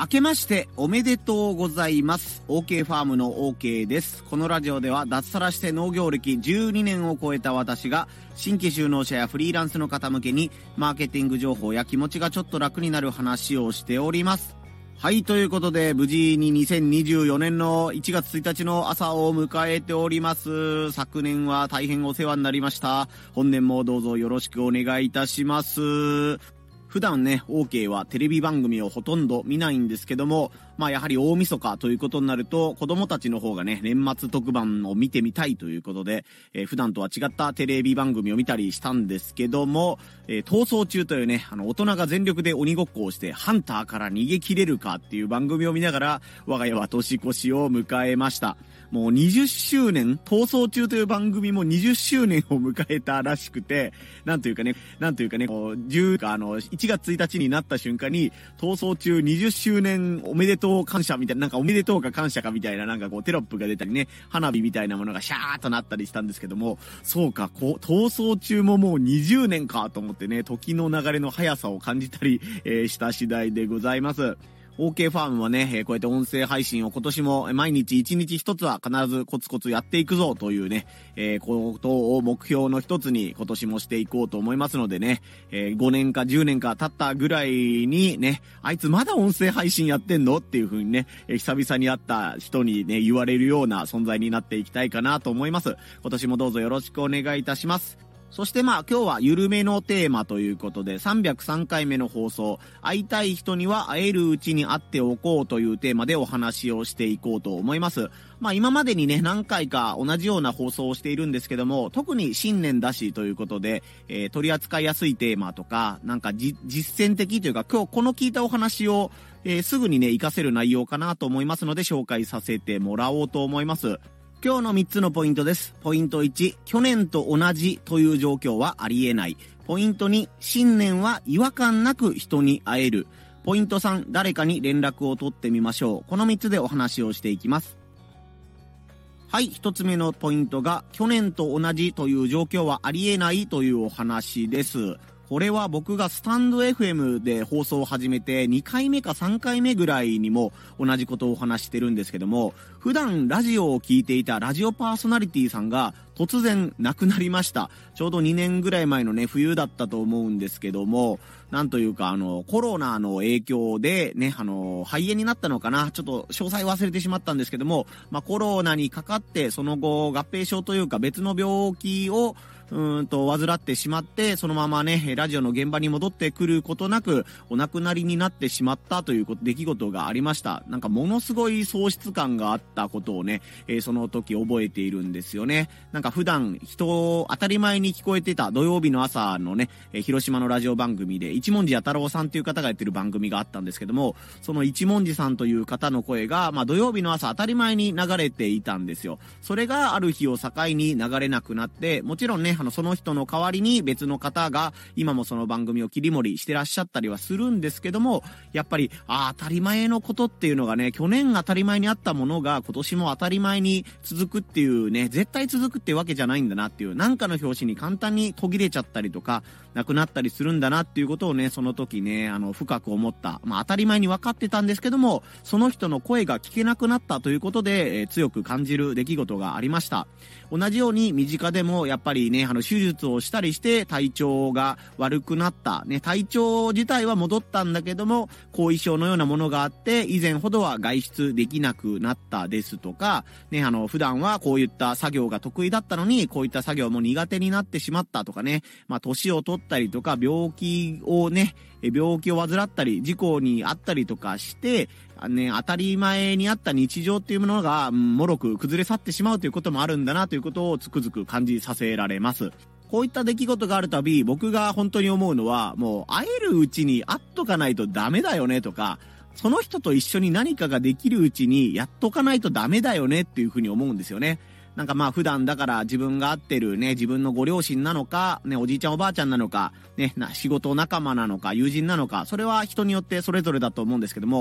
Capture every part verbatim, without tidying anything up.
明けましておめでとうございます。 オーケー ファームの OK です。このラジオでは脱サラして農業歴じゅうにねんを超えた私が新規就農者やフリーランスの方向けにマーケティング情報や気持ちがちょっと楽になる話をしております。はい、ということで無事ににせんにじゅうよねんのいちがつついたちの朝を迎えております。昨年は大変お世話になりました。本年もどうぞよろしくお願いいたします。普段ね、OK はテレビ番組をほとんど見ないんですけども、まあやはり大晦日ということになると、子供たちの方がね、年末特番を見てみたいということで、えー、普段とは違ったテレビ番組を見たりしたんですけども、えー、逃走中というね、あの、大人が全力で鬼ごっこをして、ハンターから逃げ切れるかっていう番組を見ながら、我が家は年越しを迎えました。もうにじゅっしゅうねん、逃走中という番組もにじゅっしゅうねんを迎えたらしくて、なんというかね、なんというかね、こう、じゅうか、あの、いちがつついたちになった瞬間に、逃走中にじゅっしゅうねんおめでとう感謝みたいな、なんかおめでとうか感謝かみたいな、なんかこうテロップが出たりね、花火みたいなものがシャーっとなったりしたんですけども、そうか、こう、逃走中ももうにじゅうねんかと思ってね、時の流れの速さを感じたり、えー、した次第でございます。OK ファームはね、えー、こうやって音声配信を今年も毎日一日一つは必ずコツコツやっていくぞというね、えー、ことを目標の一つに今年もしていこうと思いますのでね、えー、ごねんかじゅうねんか経ったぐらいにね、あいつまだ音声配信やってんのっていう風にね、えー、久々に会った人にね、言われるような存在になっていきたいかなと思います。今年もどうぞよろしくお願いいたします。そしてまあ今日は緩めのテーマということでさんびゃくさんかいめの放送、会いたい人には会えるうちに会っておこうというテーマでお話をしていこうと思います。まあ今までにね何回か同じような放送をしているんですけども、特に新年だしということで、えー、取り扱いやすいテーマとか、なんかじ実践的というか今日この聞いたお話を、えー、すぐにね活かせる内容かなと思いますので紹介させてもらおうと思います。今日のみっつのポイントです。ポイントいち、去年と同じという状況はありえない。ポイントに、新年は違和感なく人に会える。ポイントさん、誰かに連絡を取ってみましょう。このみっつでお話をしていきます。はい、ひとつめのポイントが、去年と同じという状況はありえないというお話です。これは僕がスタンド エフエム で放送を始めてにかいめかさんかいめぐらいにも同じことをお話してるんですけども、普段ラジオを聞いていたラジオパーソナリティさんが突然亡くなりました。ちょうどにねんぐらい前のね、冬だったと思うんですけども、なんというかあの、コロナの影響でね、あの、肺炎になったのかな、ちょっと詳細忘れてしまったんですけども、まあコロナにかかってその後合併症というか別の病気をうーんと患ってしまって、そのままねラジオの現場に戻ってくることなくお亡くなりになってしまったという出来事がありました。なんかものすごい喪失感があったことをね、えー、その時覚えているんですよね。なんか普段人当たり前に聞こえてた土曜日の朝のね、えー、広島のラジオ番組で一文字弥太郎さんという方がやってる番組があったんですけども、その一文字さんという方の声が、まあ、土曜日の朝当たり前に流れていたんですよ。それがある日を境に流れなくなって、もちろんねあのその人の代わりに別の方が今もその番組を切り盛りしてらっしゃったりはするんですけども、やっぱりあ当たり前のことっていうのがね、去年当たり前にあったものが今年も当たり前に続くっていうね、絶対続くっていうわけじゃないんだなっていう、なんかの拍子に簡単に途切れちゃったりとかなくなったりするんだなっていうことをね、その時ねあの深く思った。まあ当たり前に分かってたんですけども、その人の声が聞けなくなったということで、えー、強く感じる出来事がありました。同じように身近でもやっぱりねあの手術をしたりして体調が悪くなったね、体調自体は戻ったんだけども後遺症のようなものがあって以前ほどは外出できなくなったですとかね、あの普段はこういった作業が得意だったのにこういった作業も苦手になってしまったとかね、まあ年を取ったりとか病気をね病気を患ったり事故にあったりとかしてね、当たり前にあった日常っていうものがもろく崩れ去ってしまうということもあるんだなということをつくづく感じさせられます。こういった出来事があるたび僕が本当に思うのは、もう会えるうちに会っとかないとダメだよねとか、その人と一緒に何かができるうちにやっとかないとダメだよねっていうふうに思うんですよね。なんかまあ普段だから自分が会ってるね、自分のご両親なのか、ね、おじいちゃんおばあちゃんなのか、ね、な仕事仲間なのか、友人なのか、それは人によってそれぞれだと思うんですけども、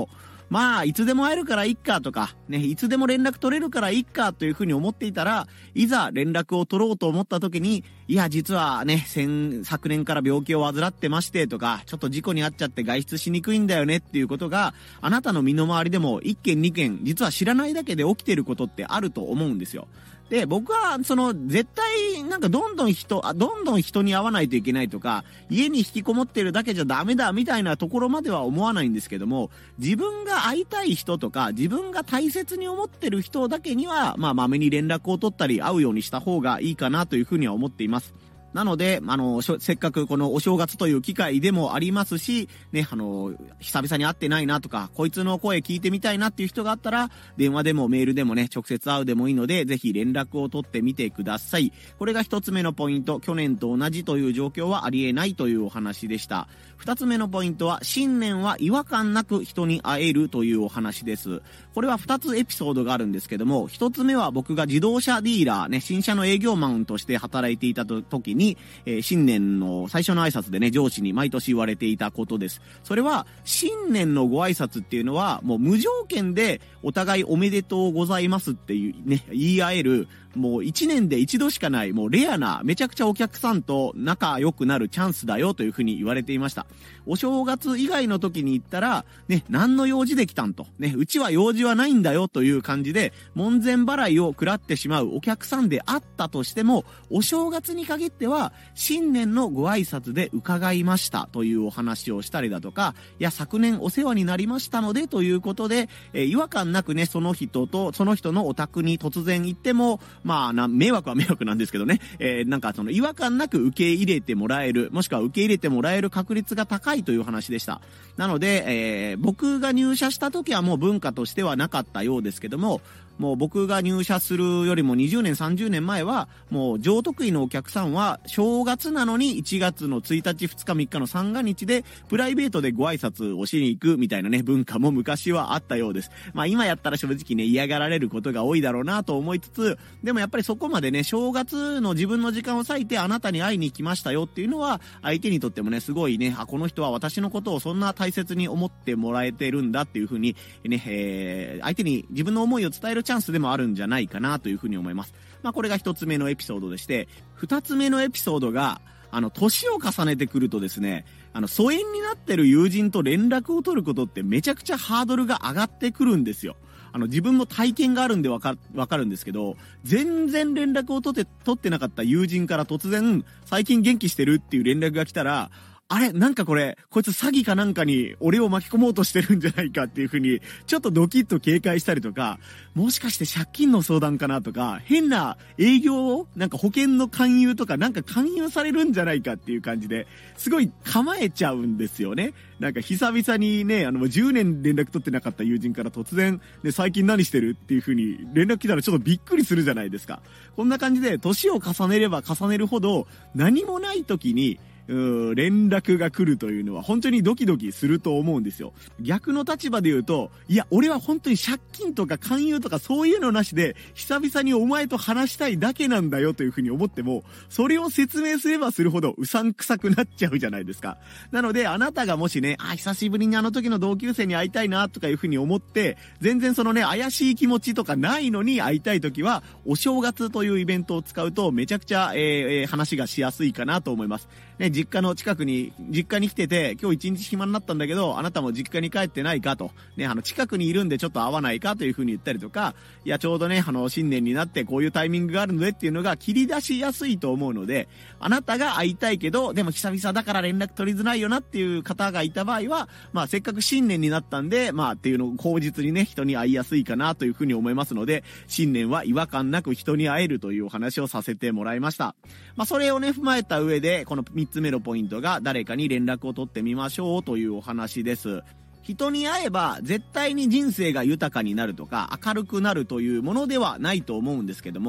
まあいつでも会えるからいっかとかね、いつでも連絡取れるからいっかというふうに思っていたら、いざ連絡を取ろうと思った時に、いや実はね、先昨年から病気を患ってましてとか、ちょっと事故に遭っちゃって外出しにくいんだよねっていうことが、あなたの身の回りでもいっけんにけん実は知らないだけで起きてることってあると思うんですよ。で、僕は、その、絶対、なんか、どんどん人、あ、どんどん人に会わないといけないとか、家に引きこもってるだけじゃダメだ、みたいなところまでは思わないんですけども、自分が会いたい人とか、自分が大切に思ってる人だけには、まあ、まめに連絡を取ったり、会うようにした方がいいかなというふうには思っています。なので、あの、せっかくこのお正月という機会でもありますし、ね、あの、久々に会ってないなとか、こいつの声聞いてみたいなっていう人があったら、電話でもメールでもね、直接会うでもいいので、ぜひ連絡を取ってみてください。これが一つ目のポイント、去年と同じという状況はありえないというお話でした。二つ目のポイントは、新年は違和感なく人に会えるというお話です。これは二つエピソードがあるんですけども、一つ目は僕が自動車ディーラーね、新車の営業マンとして働いていた時に、えー、新年の最初の挨拶でね、上司に毎年言われていたことです。それは、新年のご挨拶っていうのは、もう無条件でお互いおめでとうございますっていうね、言い合える、もう一年で一度しかない、もうレアな、めちゃくちゃお客さんと仲良くなるチャンスだよというふうに言われていました。お正月以外の時に行ったら、ね、何の用事で来たんと。ね、うちは用事はないんだよという感じで、門前払いを食らってしまうお客さんであったとしても、お正月に限っては、新年のご挨拶で伺いましたというお話をしたりだとか、いや、昨年お世話になりましたのでということで、えー、違和感なくね、その人と、その人のお宅に突然行っても、まあな、迷惑は迷惑なんですけどね、えー、なんかその違和感なく受け入れてもらえる、もしくは受け入れてもらえる確率が高いという話でした。なので、えー、僕が入社した時はもう文化としてはなかったようですけども、もう僕が入社するよりもにじゅうねんさんじゅうねんまえはもう上得意のお客さんは正月なのにいちがつのついたちふつかみっかの三が日でプライベートでご挨拶をしに行くみたいなね文化も昔はあったようです。まあ今やったら正直ね嫌がられることが多いだろうなと思いつつ、でもやっぱりそこまでね正月の自分の時間を割いてあなたに会いに来ましたよっていうのは相手にとってもねすごいね、あこの人は私のことをそんな大切に思ってもらえてるんだっていう風にね、えー、相手に自分の思いを伝えるチャンスでもあるんじゃないかなというふうに思います。まあこれが一つ目のエピソードでして、二つ目のエピソードがあの年を重ねてくるとですね、あの疎遠になってる友人と連絡を取ることってめちゃくちゃハードルが上がってくるんですよ。あの自分も体験があるんでわか、わかるんですけど、全然連絡を取って、取ってなかった友人から突然最近元気してるっていう連絡が来たら、あれなんかこれ、こいつ詐欺かなんかに俺を巻き込もうとしてるんじゃないかっていう風に、ちょっとドキッと警戒したりとか、もしかして借金の相談かなとか、変な営業を、なんか保険の勧誘とかなんか勧誘されるんじゃないかっていう感じで、すごい構えちゃうんですよね。なんか久々にね、あのじゅうねん連絡取ってなかった友人から突然、ね、最近何してるっていう風に連絡来たらちょっとびっくりするじゃないですか。こんな感じで、年を重ねれば重ねるほど、何もない時に、うー連絡が来るというのは本当にドキドキすると思うんですよ。逆の立場で言うと、いや俺は本当に借金とか勧誘とかそういうのなしで久々にお前と話したいだけなんだよというふうに思っても、それを説明すればするほどうさんくさくなっちゃうじゃないですか。なのであなたがもしね、あ久しぶりにあの時の同級生に会いたいなとかいうふうに思って、全然そのね怪しい気持ちとかないのに会いたい時はお正月というイベントを使うとめちゃくちゃ、えーえー、話がしやすいかなと思います。ね、実家の近くに、実家に来てて、今日一日暇になったんだけど、あなたも実家に帰ってないかと。ね、あの、近くにいるんでちょっと会わないかという風に言ったりとか、いや、ちょうどね、あの、新年になってこういうタイミングがあるのでっていうのが切り出しやすいと思うので、あなたが会いたいけど、でも久々だから連絡取りづらいよなっていう方がいた場合は、まあ、せっかく新年になったんで、まあ、っていうのを口実にね、人に会いやすいかなという風に思いますので、新年は違和感なく人に会えるというお話をさせてもらいました。まあ、それをね、踏まえた上で、このみっつめのポイントが誰かに連絡を取ってみましょうというお話です。人に会えば絶対に人生が豊かになるとか明るくなるというものではないと思うんですけども、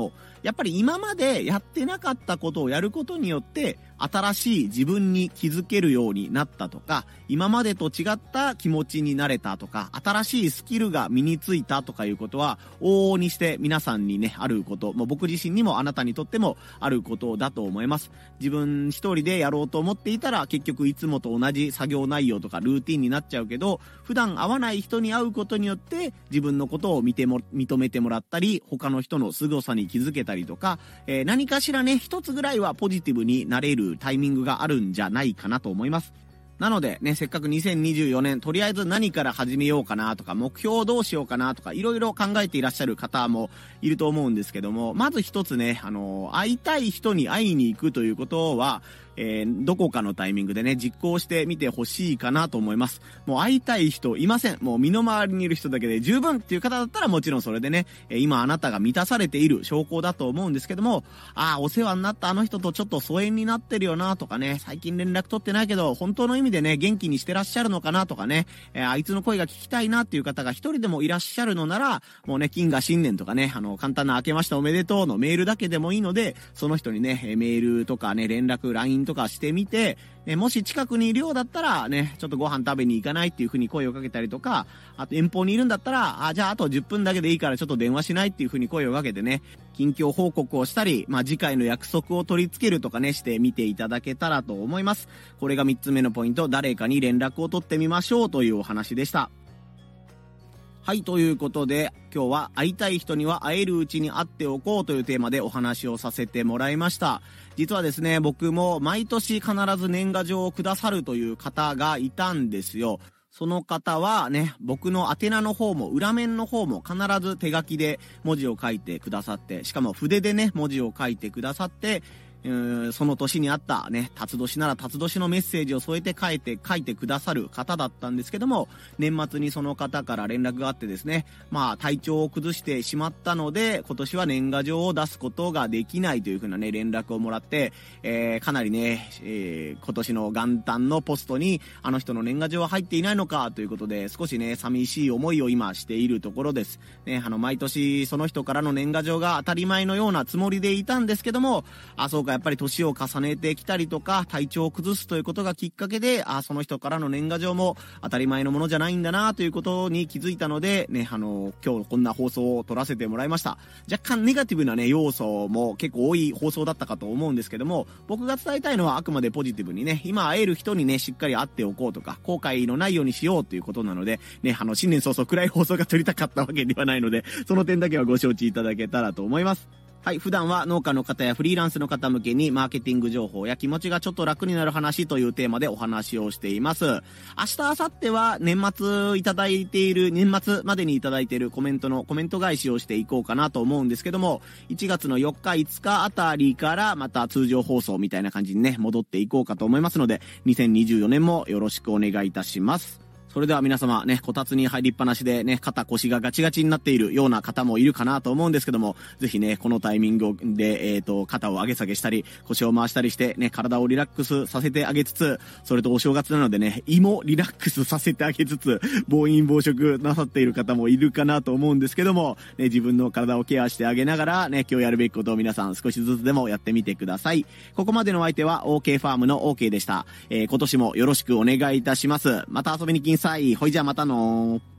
やっぱり今までやってなかったことをやることによって、新しい自分に気づけるようになったとか、今までと違った気持ちになれたとか、新しいスキルが身についたとかいうことは、往々にして皆さんにね、あること、もう僕自身にもあなたにとってもあることだと思います。自分一人でやろうと思っていたら、結局いつもと同じ作業内容とかルーティンになっちゃうけど、普段会わない人に会うことによって、自分のことを見ても、認めてもらったり、他の人の凄さに気づけたりとか、えー、何かしらね、一つぐらいはポジティブになれるタイミングがあるんじゃないかなと思います。なのでね、せっかくにせんにじゅうよねん、とりあえず何から始めようかなとか、目標をどうしようかなとか、いろいろ考えていらっしゃる方もいると思うんですけども、まず一つね、あのー、会いたい人に会いに行くということは、えー、どこかのタイミングでね、実行してみてほしいかなと思います。もう会いたい人いません。もう身の回りにいる人だけで十分っていう方だったらもちろんそれでね、えー、今あなたが満たされている証拠だと思うんですけども、ああ、お世話になったあの人とちょっと疎遠になってるよなとかね、最近連絡取ってないけど、本当の意味でね、元気にしてらっしゃるのかなとかね、えー、あいつの声が聞きたいなっていう方が一人でもいらっしゃるのなら、もうね、金河新年とかね、あの、簡単な明けましておめでとうのメールだけでもいいので、その人にね、メールとかね、連絡、ラインとかしてみて、ね、もし近くにいるようだったらね、ちょっとご飯食べに行かないっていう風に声をかけたりとか、あと遠方にいるんだったら、あ、じゃああとじゅっぷんだけでいいからちょっと電話しないっていう風に声をかけてね、近況報告をしたり、まあ次回の約束を取り付けるとかね、してみていただけたらと思います。これがみっつめのポイント、誰かに連絡を取ってみましょうというお話でした。はい、ということで、今日は会いたい人には会えるうちに会っておこうというテーマでお話をさせてもらいました。実はですね、僕も毎年必ず年賀状をくださるという方がいたんですよ。その方はね、僕の宛名の方も裏面の方も必ず手書きで文字を書いてくださって、しかも筆でね、文字を書いてくださって、その年にあったね、辰年なら辰年のメッセージを添えて書いて、書いてくださる方だったんですけども、年末にその方から連絡があってですね、まあ体調を崩してしまったので、今年は年賀状を出すことができないというふうなね、連絡をもらって、えー、かなりね、えー、今年の元旦のポストに、あの人の年賀状は入っていないのかということで、少しね、寂しい思いを今しているところです。ね、あの、毎年その人からの年賀状が当たり前のようなつもりでいたんですけども、あ、そうか、やっぱり年を重ねてきたりとか、体調を崩すということがきっかけで、あ、その人からの年賀状も当たり前のものじゃないんだなということに気づいたので、ね、あの、今日こんな放送を撮らせてもらいました。若干ネガティブなね、要素も結構多い放送だったかと思うんですけども、僕が伝えたいのはあくまでポジティブにね、今会える人にね、しっかり会っておこうとか、後悔のないようにしようということなので、ね、あの、新年早々暗い放送が撮りたかったわけではないので、その点だけはご承知いただけたらと思います。はい、普段は農家の方やフリーランスの方向けにマーケティング情報や気持ちがちょっと楽になる話というテーマでお話をしています。明日、明後日は年末いただいている、年末までにいただいているコメントのコメント返しをしていこうかなと思うんですけども、いちがつのよっか、いつかあたりからまた通常放送みたいな感じにね、戻っていこうかと思いますので、にせんにじゅうよねんもよろしくお願いいたします。それでは皆様ね、こたつに入りっぱなしでね、肩腰がガチガチになっているような方もいるかなと思うんですけども、ぜひね、このタイミングで、えっと、肩を上げ下げしたり、腰を回したりしてね、体をリラックスさせてあげつつ、それとお正月なのでね、胃もリラックスさせてあげつつ、暴飲暴食なさっている方もいるかなと思うんですけども、ね、自分の体をケアしてあげながらね、今日やるべきことを皆さん少しずつでもやってみてください。ここまでのお相手は OK ファームの OK でした。えー、今年もよろしくお願いいたします。また遊びに来んさい。ほいじゃあまたのー。